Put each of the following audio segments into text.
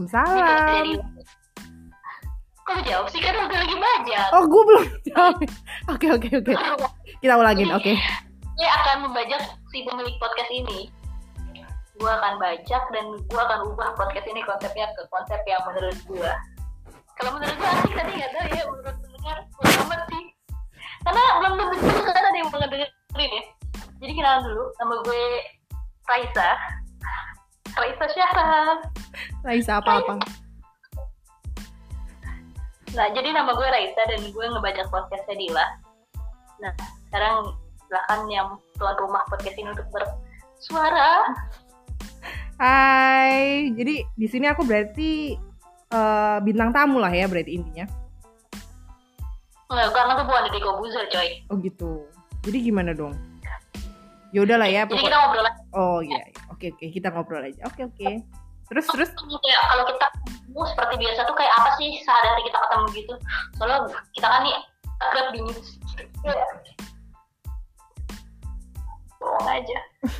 Waalaikumsalam. Kok lu jawab sih, kan udah lagi bajak. Oh, gue belum jawab. Oke. Kita ulangin, oke. Gue akan membajak si pemilik podcast ini. Gue akan bajak dan gue akan ubah podcast ini konsepnya ke konsep yang menurut gue. Kalau menurut gue asik, tadi nggak tahu ya, menurut pendengar gue amat sih. Karena belum tentu juga kan ada yang mau ngedengerin ya. Jadi kenalan dulu, nama gue Raisa Syahra. Raisa apa-apa? Nah, jadi nama gue Raisa dan gue ngebajak podcastnya Dila. Nah, sekarang silakan yang tuan rumah podcast ini untuk bersuara. Hai, jadi di sini aku berarti bintang tamu lah ya, berarti intinya. Nggak, karena gue bukan Deddy Kobuzer, coy. Oh gitu. Jadi gimana dong? Ya udahlah ya. Jadi kita ngobrol aja. Oh iya. Oke, kita ngobrol aja. Oke. Terus. Ya, kalau kita seperti biasa tuh kayak apa sih sehari-hari kita ketemu gitu? Soalnya kita kan nih akrab dingin. Bohong aja.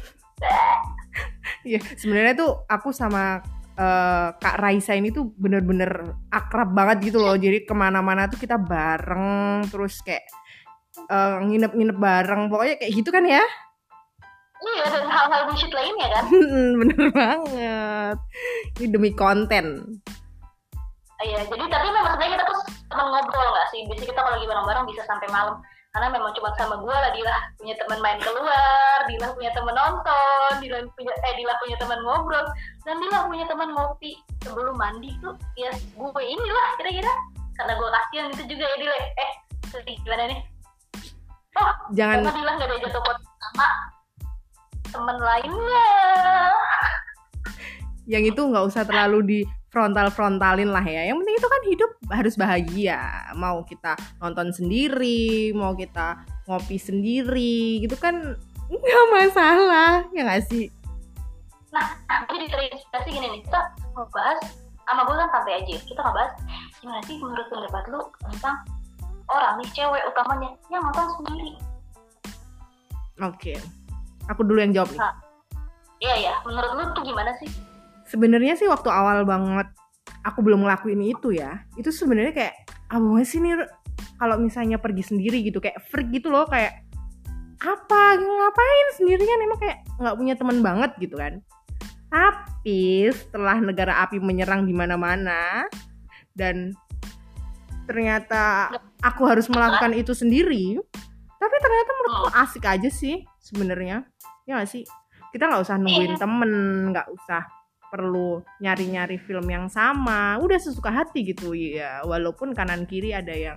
Iya, sebenarnya tuh aku sama Kak Raisa ini tuh bener-bener akrab banget gitu loh. Jadi kemana-mana tuh kita bareng, terus kayak nginep-nginep bareng. Pokoknya kayak gitu kan ya? Iya, dan hal-hal bullshit lainnya kan. Bener banget. Ini demi konten. Iya, jadi tapi memang sebenarnya kita tuh teman ngobrol nggak sih? Biasanya kita kalau lagi bareng-bareng bisa sampai malam. Karena memang cuma sama gue lah, Dila punya teman main keluar, Dila punya teman nonton, Dila punya teman ngobrol, dan Dila punya teman ngopi sebelum mandi tuh. Ya gue inilah kira-kira. Karena gue kasihan itu juga ya Dila. Gimana nih? Oh, jangan. Karena Dila nggak ada jatuh pot sama teman lainnya. Yang itu nggak usah terlalu di frontalin lah ya. Yang penting itu kan hidup harus bahagia. Mau kita nonton sendiri, mau kita ngopi sendiri, gitu kan nggak masalah, ya nggak sih? Nah, jadi terinspirasi gini nih, kita mau bahas sama gue kan santai aja. Kita ngebahas gimana sih menurut pendapat lu tentang orang nih, cewek utamanya yang nonton sendiri. Oke. Aku dulu yang jawab nih. Nah, iya, menurut lu tuh gimana sih? Sebenarnya sih waktu awal banget aku belum ngelakuin itu ya. Itu sebenarnya kayak abang sih nih kalau misalnya pergi sendiri gitu, kayak freak gitu loh, kayak apa ngapain sendirian, emang kayak nggak punya teman banget gitu kan. Tapi setelah negara api menyerang di mana-mana dan ternyata aku harus melakukan itu sendiri, tapi ternyata menurutku asik aja sih sebenarnya, ya nggak sih? Kita nggak usah nungguin temen, nggak usah perlu nyari-nyari film yang sama, udah sesuka hati gitu ya, walaupun kanan kiri ada yang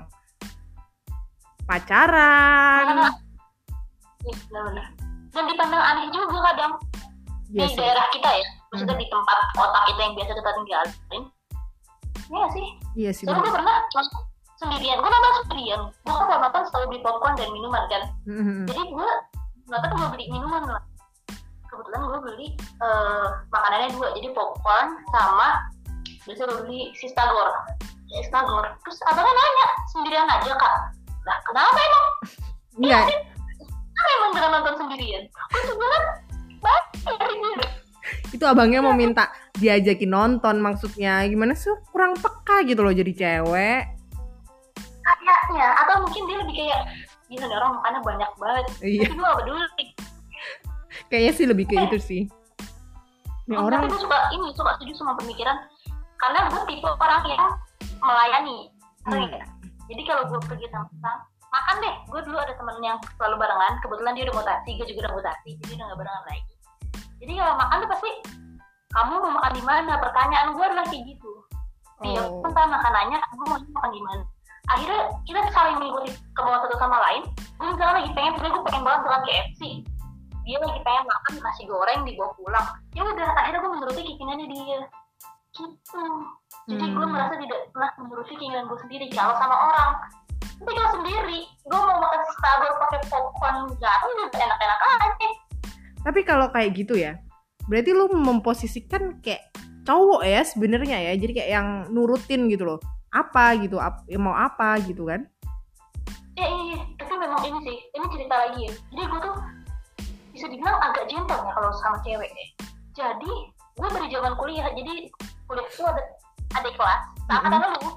pacaran. Benar-benar. Dan dipandang aneh juga kadang di daerah kita ya, maksudnya di tempat kota kita yang biasa kita tinggalin. Iya sih. Iya sih. Soalnya gue pernah sendirian, gue nonton sendirian. Gue kan kalau nonton selalu beli popcorn dan minuman kan. Jadi gue nonton gue beli minuman lah. Kebetulan gue beli makanannya 2, jadi popcorn sama biasa gue beli sistagor. Terus abangnya nanya, sendirian aja kak? Lah kenapa emang? Enggak. Kenapa emang dengan nonton sendirian? Gue sebulan banyak. Itu abangnya mau minta diajakin nonton, maksudnya gimana sih, kurang peka gitu loh jadi cewek kayaknya, atau mungkin dia lebih kayak gila nih orang makannya banyak banget. Iya. Tapi gue gak peduli. Kayaknya sih lebih ke itu sih. Nih orang. Tapi gue suka setuju sama pemikiran, karena gue tipe orang yang melayani. Jadi kalau gue pergi sama orang, makan deh. Gue dulu ada temen yang selalu barengan, kebetulan dia udah mutasi, gue juga udah mutasi, jadi udah gak barengan lagi. Jadi kalau makan tuh pasti, kamu mau makan di mana? Pertanyaan gue adalah kayak gitu. Dia entah makanannya, kamu mau makan di mana? Akhirnya kita saling mengikuti kemauan satu sama lain. Gue misalnya lagi pengen banget makan KFC. Dia lagi pengen makan nasi goreng dibawa pulang. Ya udah, akhirnya gue menuruti keinginannya dia. Gitu. Jadi gue merasa tidak pernah menuruti keinginan gue sendiri kalau sama orang. Tapi kalau sendiri, gue mau makan sistagor pakai popcorn garam juga enak-enak aja. Tapi kalau kayak gitu ya, berarti lu memposisikan kayak cowok ya sebenarnya ya. Jadi kayak yang nurutin gitu loh. Apa gitu, mau apa gitu kan? Iya. Tapi memang ini sih, ini cerita lagi ya. Jadi gue tuh bisa dibilang agak gentle ya kalau sama cewek ya. Jadi gue dari zaman kuliah, jadi kuliah itu ada adik kelas seangkatan lu.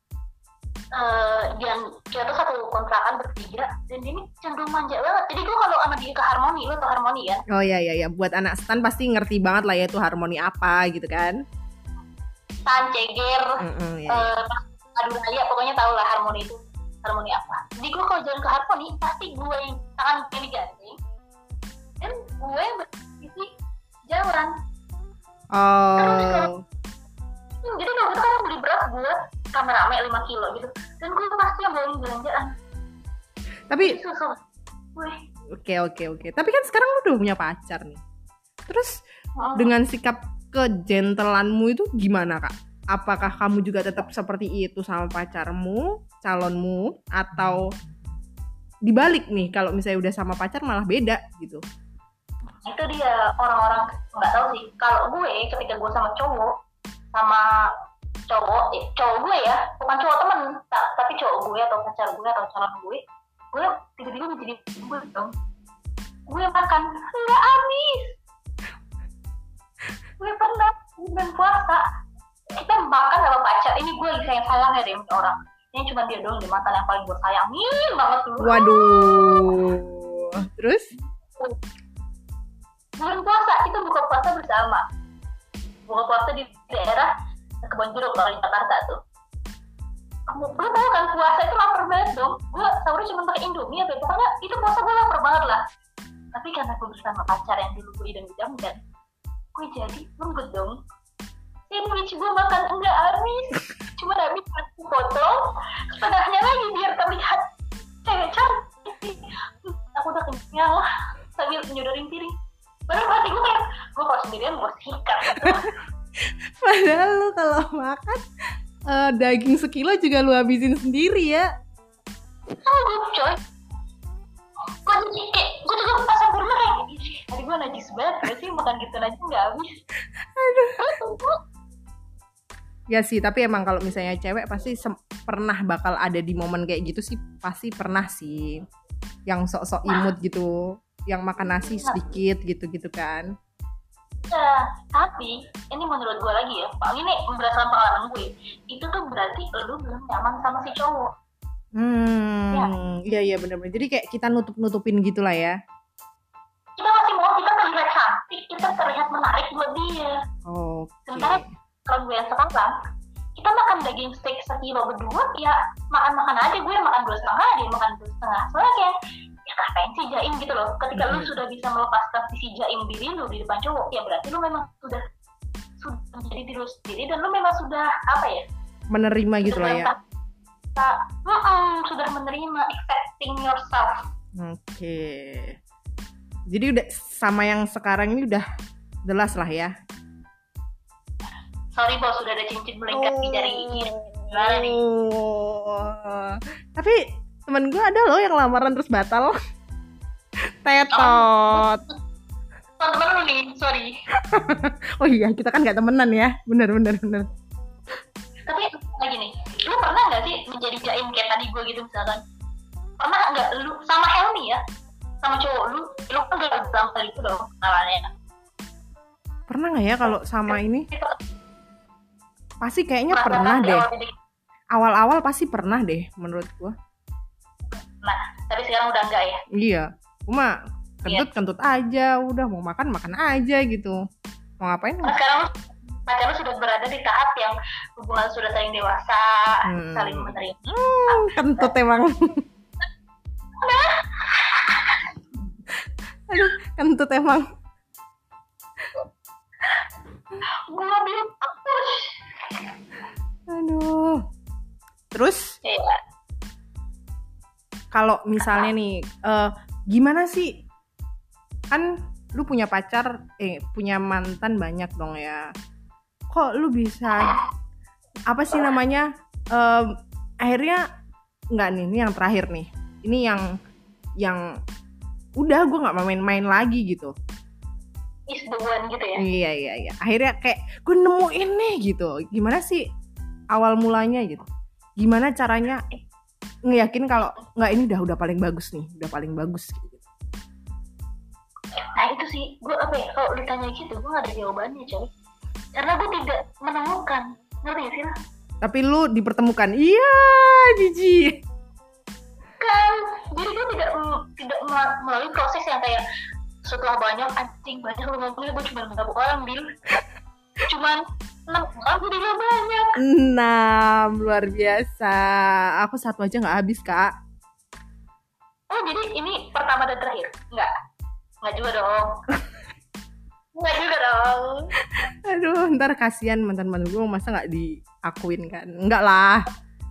Dia tuh satu kontrakan bertiga dan dia ini cenderung manja banget. Jadi gue kalau sama dia ke Harmoni, lu tau Harmoni kan? Oh iya, buat anak stan pasti ngerti banget lah ya itu Harmoni apa gitu kan. Stan, Ceger, iya. Adu Raya, pokoknya tau lah Harmoni itu Harmoni apa. Jadi gue kalau jalan ke Harmoni pasti gue yang tangan kayak digandeng dan gue berisi jalan. Oh. Jadi kalau gitu kan beli beras gue kamera 5 kilo gitu dan gue pasti yang bawain belanjaan. Tapi susu gue. Oke. Tapi kan sekarang lu udah punya pacar nih. Terus dengan sikap kegentelanmu itu gimana, Kak? Apakah kamu juga tetap seperti itu sama pacarmu, calonmu, atau dibalik nih kalau misalnya udah sama pacar malah beda gitu? Itu dia, orang-orang nggak tahu sih. Kalau gue ketika gue sama cowok gue ya, bukan cowok temen, tapi cowok gue atau pacar gue atau calon gue tiba-tiba menjadi gue dong. Gue makan nggak habis. Gue pernah bulan puasa kita makan sama pacar, ini gue lagi sayang ya deh orang. Ini cuma dia doang di mantan yang paling gue sayangin banget dulu. Waduh. Terus? Bulan puasa kita buka puasa bersama. Buka puasa di daerah Kebon Jeruk kalau di Jakarta tuh. Lu tau kan puasa itu lapar banget dong. Gue sahurnya cuma pakai Indomie apa, pokoknya itu puasa gue lapar banget lah. Tapi karena gue bersama pacar yang dulu gue idam-idamkan, gue jadi lembut dong. Sandwich gue makan enggak habis, cuma habis satu potong, setengahnya lagi biar terlihat cewek cantik. Aku udah kenyang sambil nyodorin piring. Baru hati gue kayak, gue kalau sendirian gue sikat. Padahal lu kalau makan daging sekilo juga lu habisin sendiri ya. Oh gue coy, gue juga pas sampai rumah kayak, tadi gue najis banget gak sih makan gitu aja gak habis. Aduh. Ya sih, tapi emang kalau misalnya cewek pasti pernah bakal ada di momen kayak gitu sih, pasti pernah sih. Yang sok-sok imut gitu, yang makan nasi sedikit gitu-gitu kan. Ya, tapi ini menurut gue lagi ya, ini berdasarkan pengalaman gue, itu tuh berarti lu belum nyaman sama si cowok. Iya benar-benar. Jadi kayak kita nutup-nutupin gitulah ya. Kita masih mau kita terlihat cantik, kita terlihat menarik buat dia. Sementara kalau gue yang sekarang, kita makan daging steak sekilo berdua, ya makan aja, gue makan 2,5, dia makan 2,5. Soalnya kayak, ya ngapain sih jaim gitu loh. Ketika lu sudah bisa melepaskan sisi jaim diri lu di depan cowok, ya berarti lu memang sudah menjadi diri lu sendiri dan lu memang sudah apa ya? Menerima gitu lah ya. Sudah menerima, accepting yourself. Oke. Jadi udah sama yang sekarang ini udah jelas lah ya. Sorry bos, sudah ada cincin melingkar di jari kiri. Gimana nih? Tapi temen gue ada loh yang lamaran terus batal. Tetot. Temen lu nih, sorry. Oh iya, kita kan gak temenan ya. Bener. Tapi lagi nih, lu pernah gak sih menjadi jaim kayak tadi gue gitu misalkan? Pernah gak lu sama Helmi ya? Sama cowok lu kan gak bilang kali itu dong namanya. Pernah gak ya kalau sama ini? Pasti kayaknya pernah deh. Awal-awal pasti pernah deh menurut gua. Nah, tapi sekarang udah enggak ya? Iya. Cuma kentut aja, udah mau makan aja gitu. Mau ngapain? Nah, sekarang pacar lu sudah berada di tahap yang hubungan sudah saling dewasa, saling menerima. Kentut emang. Aduh, kentut emang. Gua bilang push. Aduh. Terus? Iya. Kalau misalnya nih, gimana sih? Kan lu punya pacar, punya mantan banyak dong ya. Kok lu bisa, apa sih namanya? Akhirnya nggak nih, ini yang terakhir nih. Ini yang udah gue nggak main-main lagi gitu. Is the one gitu ya? Iya. Akhirnya kayak gue nemuin nih gitu. Gimana sih awal mulanya gitu? Gimana caranya ngeyakin kalau nggak ini udah paling bagus nih, udah paling bagus gitu. Nah itu sih, gue apa ya? Kalau ditanya gitu, gue nggak ada jawabannya coy. Karena gue tidak menemukan Ngerti gak sih lo? Tapi lu dipertemukan. Iya, jijik. Kan jadi gue tidak melalui proses yang kayak setelah banyak lu ngomongnya, gue cuma nggak ambil cuman 6 orang gue tidak banyak. 6, luar biasa. Aku 1 aja nggak habis, Kak. Oh jadi ini pertama dan terakhir? Nggak juga dong. Nggak juga dong. Aduh, ntar kasihan mantan-mantan gue, masa nggak diakuin kan? Enggak lah.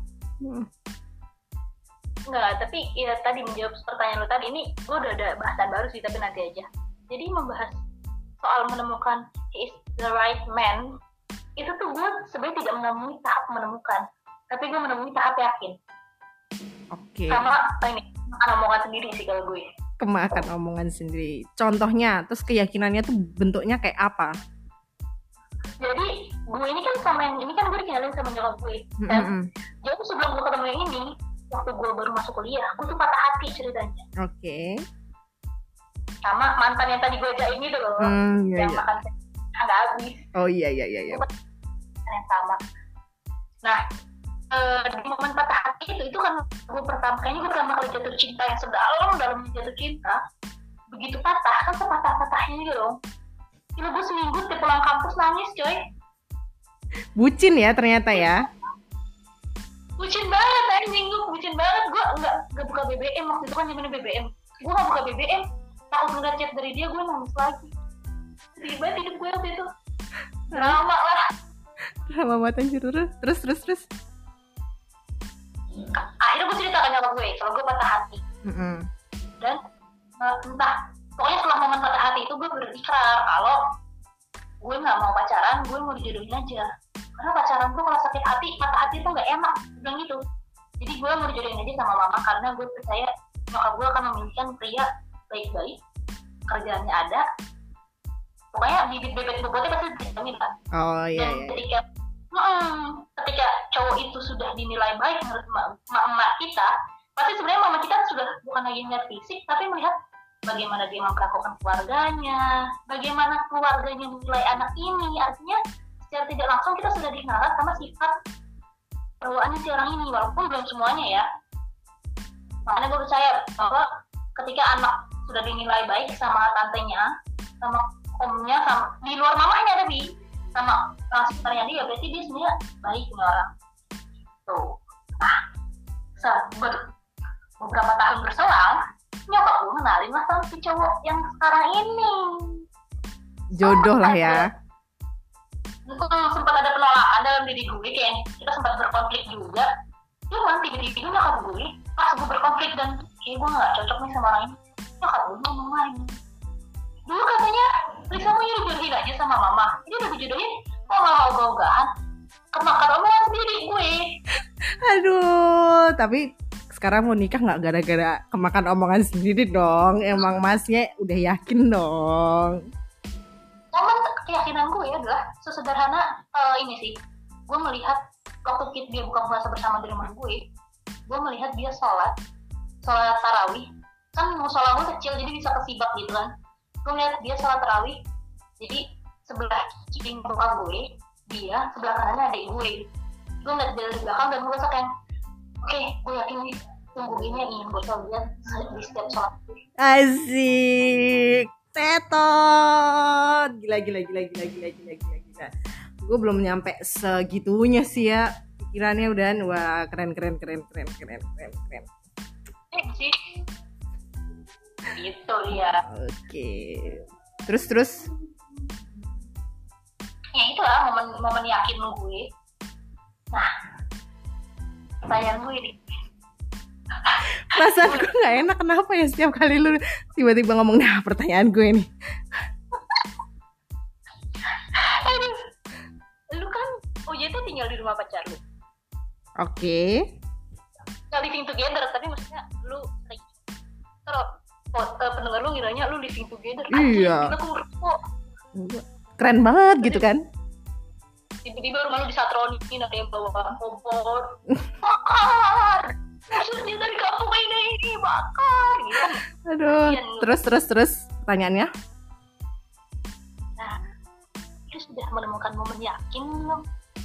Enggak, tapi ya tadi menjawab pertanyaan lo tadi, ini gue udah ada bahasan baru sih, tapi nanti aja. Jadi membahas soal menemukan he is the right man, itu tuh gue sebenarnya tidak menemui tahap menemukan, tapi gue menemui tahap yakin. Oke. Sama ini makan omongan sendiri sih kalau gue. Kemakan omongan sendiri. Contohnya, terus keyakinannya tuh bentuknya kayak apa? Jadi gue ini kan sama yang ini kan gue dikenalin sama nyokap gue. Dan jadi sebelum gue ketemu yang ini, waktu gue baru masuk kuliah, gue tuh patah hati ceritanya. Oke. Sama mantan yang tadi gue ajain itu loh, yang makan nggak habis. Oh iya. Yang sama. Nah, di momen patah hati itu kan gue pertama kali jatuh cinta yang sedalam jatuh cinta. Begitu patah kan sepatah-patahnya gitu dong. Gila, gue seminggu tiap pulang kampus nangis coy. Bucin ya ternyata ya. Bucin banget anjing, gue bucin banget. Gue nggak buka BBM waktu itu kan zamannya BBM. Gue nggak buka BBM, takut ngeliat chat dari dia, gue nangis lagi. Sedih banget hidup gue waktu itu. Drama lah. Drama banget anjir. Terus. Akhirnya gue cerita ke nyokap gue kalau gue patah hati. Dan entah, pokoknya setelah momen patah hati itu gue berikrar kalau gue nggak mau pacaran, gue mau dijodohin aja. Karena pacaran tuh kalau sakit hati, patah hati tuh nggak enak, bilang gitu. Jadi gue mau dijodohin aja sama mama karena gue percaya nyokap gue akan memilihkan pria baik-baik, kerjaannya ada, pokoknya bibit bebek bobotnya pasti dijamin lah. Oh iya. Dan ketika cowok itu sudah dinilai baik menurut emak kita, pasti sebenarnya mama kita sudah bukan lagi melihat fisik, tapi melihat bagaimana dia memperlakukan keluarganya, bagaimana keluarganya menilai anak ini. Artinya secara tidak langsung kita sudah dikenal sama sifat bawaannya si orang ini, walaupun belum semuanya ya. Makanya gue percaya bahwa ketika anak sudah dinilai baik sama tantenya, sama omnya, sama di luar mamanya tapi sama sekitarnya dia, berarti dia sebenarnya baik nih orang. Tuh. Nah, beberapa tahun berselang, nyokap gue kenalin lah sama si cowok yang sekarang ini. Jodoh lah ya. Sempat ada penolakan dalam diri gue, kayak kita sempat berkonflik juga. Cuman tiba-tiba nyokap gue, pas gue berkonflik dan kayak gue gak cocok nih sama orang ini, nyokap gue ngomong lagi, dulu katanya Lisa mau dijodohin aja sama mama, ini udah dijodohin kok malah ogah-ogahan, kemakan omongan sendiri gue. Aduh, tapi sekarang mau nikah nggak gara-gara kemakan omongan sendiri dong? Emang masnya udah yakin dong? Cuman keyakinan gue adalah sesederhana ini sih, gue melihat waktu dia buka puasa bersama di rumah gue melihat dia sholat tarawih, kan musola gue kecil jadi bisa kesibak gitu kan. Gue melihat dia sholat tarawih, jadi sebelah kiri bokap gue dia, sebelah kanannya adik gue. Gue ngeliat dari belakang dan gue rasa kayak oke, gue yakin nih tunggu ini yang ingin gue coba lihat di setiap sholat. Asik, tetot, gila. Gue belum nyampe segitunya sih ya, pikirannya udah, wah keren. Sih, gitu ya. Oke, terus. Ya itulah momen yakin gue. Nah, pertanyaan gue ini. Perasaan gue gak enak, kenapa ya setiap kali lu tiba-tiba ngomong pertanyaan gue nih. Lu kan OJT tinggal di rumah pacar lu. Oke. Gak living together, tapi maksudnya lu sering. Kalau pendengar lu ngiranya lu living together. Iya. Kok keren banget gitu kan. Tiba-tiba rumah lu disatronin, ada yang bawa kompor. Bakar! Maksudnya dari kampung ini bakar gitu. Aduh, terus pertanyaannya? Nah, itu sudah menemukan momen yakin belum?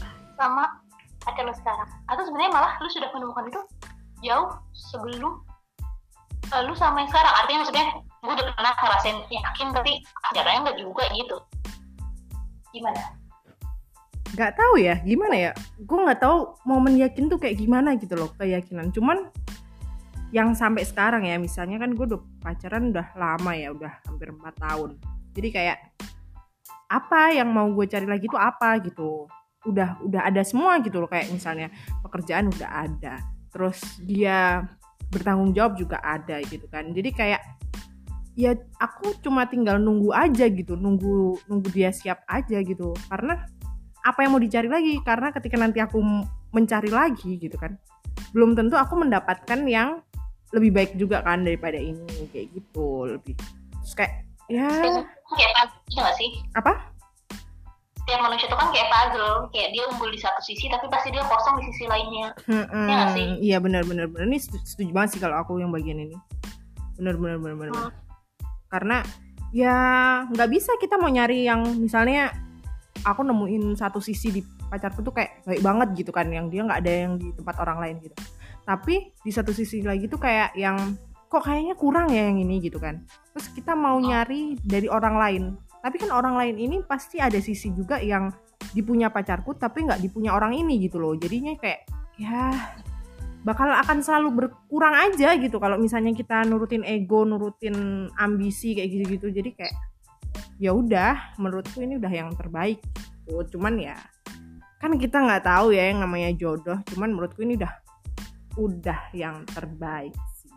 sama pacar lu sekarang, atau sebenarnya malah lu sudah menemukan itu jauh sebelum lu sama yang sekarang. Artinya maksudnya gue udah pernah ngerasain yakin tapi caranya nggak juga gitu. Gimana? Nggak tahu ya gimana ya, gue nggak tahu momen yakin tuh kayak gimana gitu loh, keyakinan. Cuman yang sampai sekarang ya, misalnya kan gue udah pacaran udah lama ya, udah hampir 4 tahun. Jadi kayak apa yang mau gue cari lagi tuh apa gitu, udah ada semua gitu loh. Kayak misalnya pekerjaan udah ada, terus dia bertanggung jawab juga ada gitu kan. Jadi kayak ya aku cuma tinggal nunggu aja gitu, nunggu dia siap aja gitu. Karena apa yang mau dicari lagi, karena ketika nanti aku mencari lagi gitu kan, belum tentu aku mendapatkan yang lebih baik juga kan daripada ini, kayak gitu. Lebih terus kayak ya kayak puzzle nggak sih? Apa? Setiap manusia itu kan kayak puzzle, kayak dia unggul di satu sisi tapi pasti dia kosong di sisi lainnya. Ya nggak sih? Iya benar. Ini setuju banget sih kalau aku yang bagian ini. Benar. Karena ya nggak bisa kita mau nyari yang misalnya aku nemuin satu sisi di pacarku tuh kayak baik banget gitu kan, yang dia nggak ada yang di tempat orang lain gitu. Tapi di satu sisi lagi tuh kayak yang kok kayaknya kurang ya yang ini gitu kan. Terus kita mau nyari dari orang lain, tapi kan orang lain ini pasti ada sisi juga yang dipunya pacarku tapi nggak dipunya orang ini gitu loh. Jadinya kayak ya bakal akan selalu berkurang aja gitu kalau misalnya kita nurutin ego, nurutin ambisi kayak gitu-gitu. Jadi kayak ya udah, menurutku ini udah yang terbaik gitu. Cuman ya kan kita nggak tahu ya yang namanya jodoh. Cuman menurutku ini udah yang terbaik sih.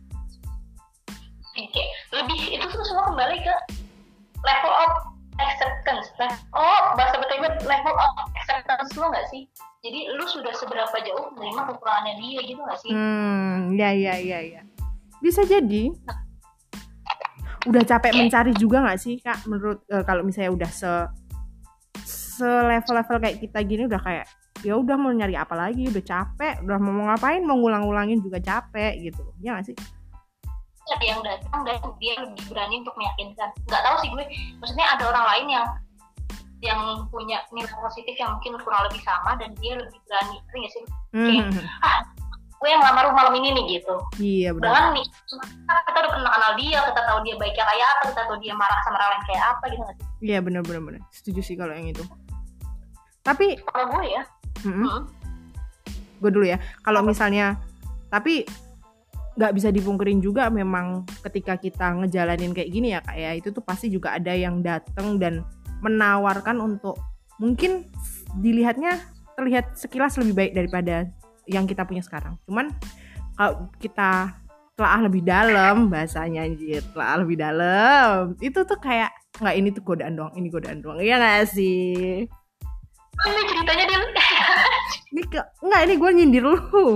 Oke, lebih itu tuh semua kembali ke level of acceptance. Bahasa betulnya level of acceptance lo nggak sih? Jadi lu sudah seberapa jauh menerima kekurangannya dia gitu nggak sih? Ya. Bisa jadi. Udah capek mencari juga nggak sih Kak? Menurut kalau misalnya udah se-level kayak kita gini, udah kayak ya udah mau nyari apa lagi, udah capek, udah mau ngapain, mau ngulang-ngulangin juga capek gitu. Ya nggak sih? Ada yang datang dan dia lebih berani untuk meyakinkan. Nggak tahu sih gue, maksudnya ada orang lain yang punya nilai positif yang mungkin kurang lebih sama dan dia lebih berani, nggak sih? Kayak gue yang lamar malam ini nih gitu. Iya benar. Bahkan nih kita udah pernah kenal dia, kita tahu dia baiknya kayak apa, kita tahu dia marah sama orang lain kayak apa gitu nggak sih? Iya benar. Setuju sih kalau yang itu. Tapi kalau gue ya, gue dulu ya. Kalau misalnya, tapi nggak bisa dipungkirin juga memang ketika kita ngejalanin kayak gini ya Kak ya, itu tuh pasti juga ada yang datang dan menawarkan untuk mungkin terlihat sekilas lebih baik daripada yang kita punya sekarang. Cuman kalau kita telaah lebih dalam, bahasanya anjir, telaah lebih dalam, itu tuh kayak nggak, ini tuh godaan doang, iya nggak sih? Ini ceritanya dia ini gue nyindir lu.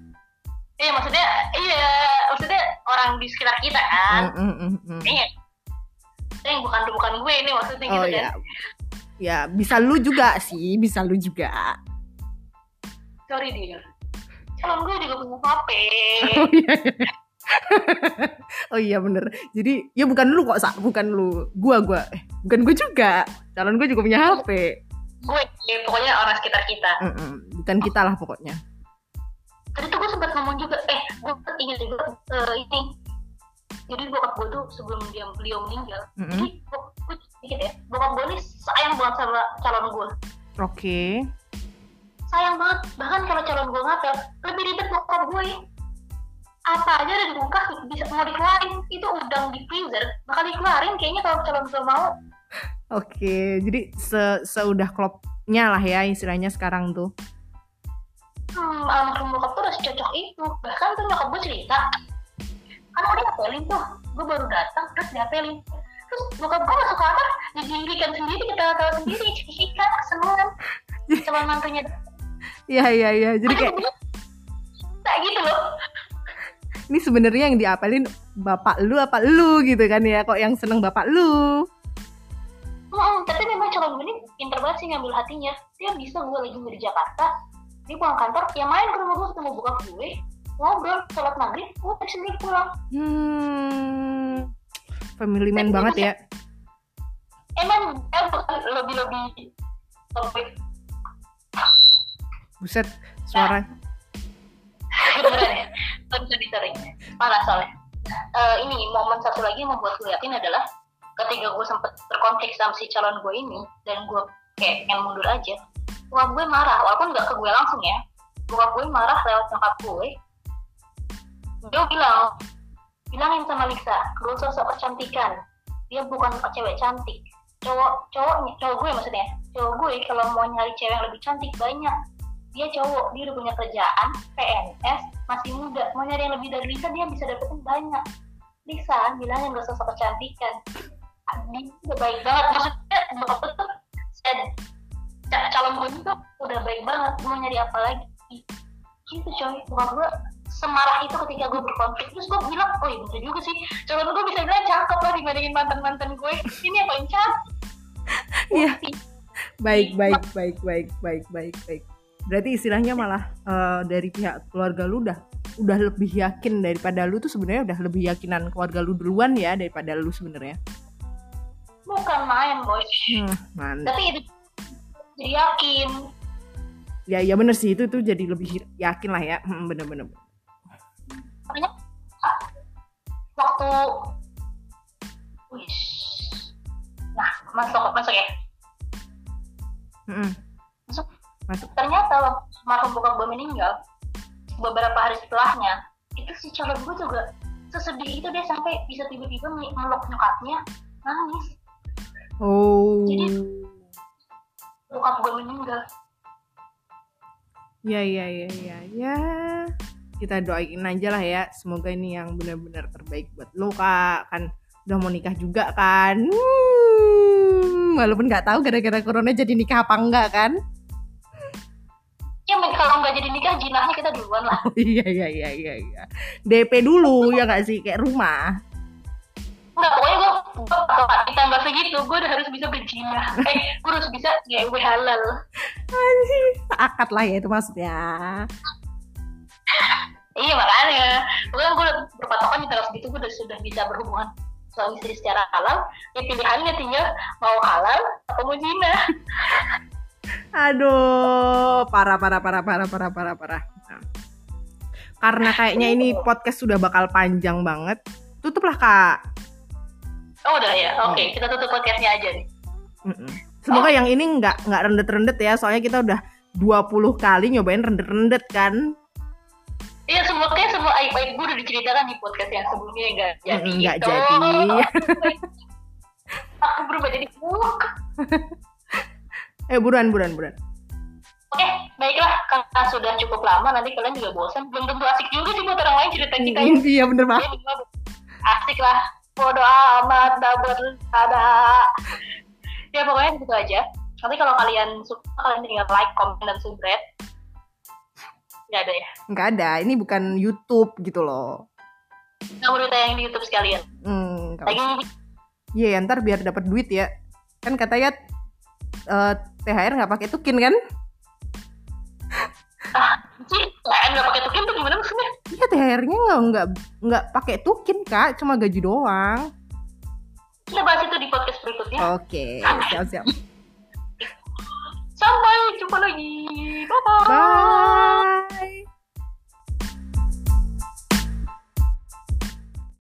Maksudnya orang di sekitar kita kan. Iya. Yang bukan gue ini maksudnya gitu kan. Ya, bisa lu juga sih, Sorry dia. Calon gue juga punya HP. Oh iya bener. Jadi ya bukan lu kok, bukan lu. Bukan gue juga. Calon gue juga punya HP. Gue, ya, pokoknya orang sekitar kita. Bukan kita lah pokoknya. Tadi tuh gue sempat ngomong juga, gue ingat juga ini. Jadi bokap gue tuh sebelum beliau meninggal, jadi gue sedikit ya, bokap gue nih sayang banget sama calon gue. Oke. Sayang banget, bahkan kalau calon gue ngapel, lebih ribet bokap gue ya. Apa aja udah dibuka, bisa mau dikeluarin, itu udang di freezer, bakal dikeluarin kayaknya kalau calon gue mau. Oke, jadi seudah klopnya lah ya istilahnya sekarang tuh. Almarhum bokap tuh udah secocok itu. Bahkan tuh nyokap gue cerita, kan mau diapelin tuh, gue baru datang terus diapelin. Terus bokap gue masuk kamar, didirikan sendiri, ketawa-tawa sendiri, cekik-cekikan, kesenangan sama mantunya. Iya, jadi kayak gitu loh. Ini sebenarnya yang diapelin bapak lu apa lu gitu kan ya, kok yang seneng bapak lu. Tapi memang calon gue ini pinter banget sih ngambil hatinya. Dia bisa, gue lagi di Jakarta, dia pulang kantor, ya main ke rumah gue ketemu bokap gue, ngobrol, sholat maghrib, gue sendiri pulang. Family man banget ya. Emang bukan lebih Buset, suara. Beneran ya, bisa dicari. Parah soalnya. Ini momen satu lagi yang membuat gue yakin adalah ketika gue sempet berkonflik sama si calon gue ini dan gue kayak pengen mundur aja, bokap gue marah, walaupun nggak ke gue langsung ya. Bokap gue marah lewat nyokap gue. Dia bilangin sama Lisa, lu sosok kecantikan, dia bukan cewek cantik. Cowok gue maksudnya, cowok gue kalau mau nyari cewek yang lebih cantik banyak. Dia cowok, dia udah punya kerjaan, PNS, masih muda, mau nyari yang lebih dari Lisa dia bisa dapetin banyak. Lisa bilangin gak sosok kecantikan, dia udah baik banget, maksudnya bokap gue tuh calon gue itu udah baik banget, mau nyari apa lagi gitu coy. Bokap gue semarah itu ketika gue berkonflik. Terus gue bilang, oh iya bener juga sih, calon gue bisa bilang cakep lah dibandingin mantan gue, ini apa yang cantik. Iya. Baik. Berarti istilahnya malah dari pihak keluarga lu udah lebih yakin daripada lu tuh sebenarnya udah lebih yakinan keluarga lu duluan ya daripada lu sebenarnya. Bukan main boy. Tapi itu jadi yakin. Ya bener sih, itu jadi lebih yakin lah ya. Bener. Makanya waktu nah masuk ya. Masuk. Ternyata almarhum bokap gue meninggal, beberapa hari setelahnya itu si calon gue juga sesedih itu, dia sampai bisa tiba-tiba meluk nyokapnya, nangis. Jadi bokap gue meninggal. Ya kita doain aja lah ya, semoga ini yang benar-benar terbaik buat lo kak. Kan udah mau nikah juga kan, walaupun nggak tahu gara-gara corona jadi nikah apa enggak kan. Ya kalau nggak jadi nikah, jinahnya kita duluan lah. Iya. DP dulu ya nggak sih, kayak rumah. Enggak, pokoknya gue kita nggak segitu, gue udah harus bisa berjinah. Gue harus bisa gue halal. Akad lah ya itu maksudnya. Iya makanya, pokoknya gue udah berpatokan di tanggal segitu, gue sudah bisa berhubungan suami istri secara halal. Ya pilihannya tinggal mau halal atau mau jinah. Aduh, parah. Nah, karena kayaknya ini podcast sudah bakal panjang banget, tutuplah kak. Oh udah ya, oke. Kita tutup podcastnya aja nih. Semoga yang ini nggak rendet-rendet ya, soalnya kita udah 20 kali nyobain rendet-rendet kan. Iya, semua aib-aib gue udah diceritakan di podcast yang sebelumnya, nggak jadi. Aku berubah jadi buruk. Buruan. Oke, baiklah, karena sudah cukup lama, nanti kalian juga bosan. Belum tentu asik juga sih buat orang lain cerita kita ya. Iya bener banget. Asik lah, bodo amat, dah buat ada. Ya pokoknya gitu aja. Nanti kalau kalian suka, kalian tinggal like, comment, dan subscribe. Nggak ada ya? Nggak ada, ini bukan YouTube gitu loh. Nggak mau ditayang di YouTube sekalian. Iya, ntar biar dapat duit ya. Kan katanya THR nggak pakai tukin kan? Nggak pakai tukin tuh gimana maksudnya? Iya, THR-nya nggak pakai tukin kak, cuma gaji doang. Kita bahas itu di podcast berikutnya. Oke, siap. Sampai jumpa lagi. Bye.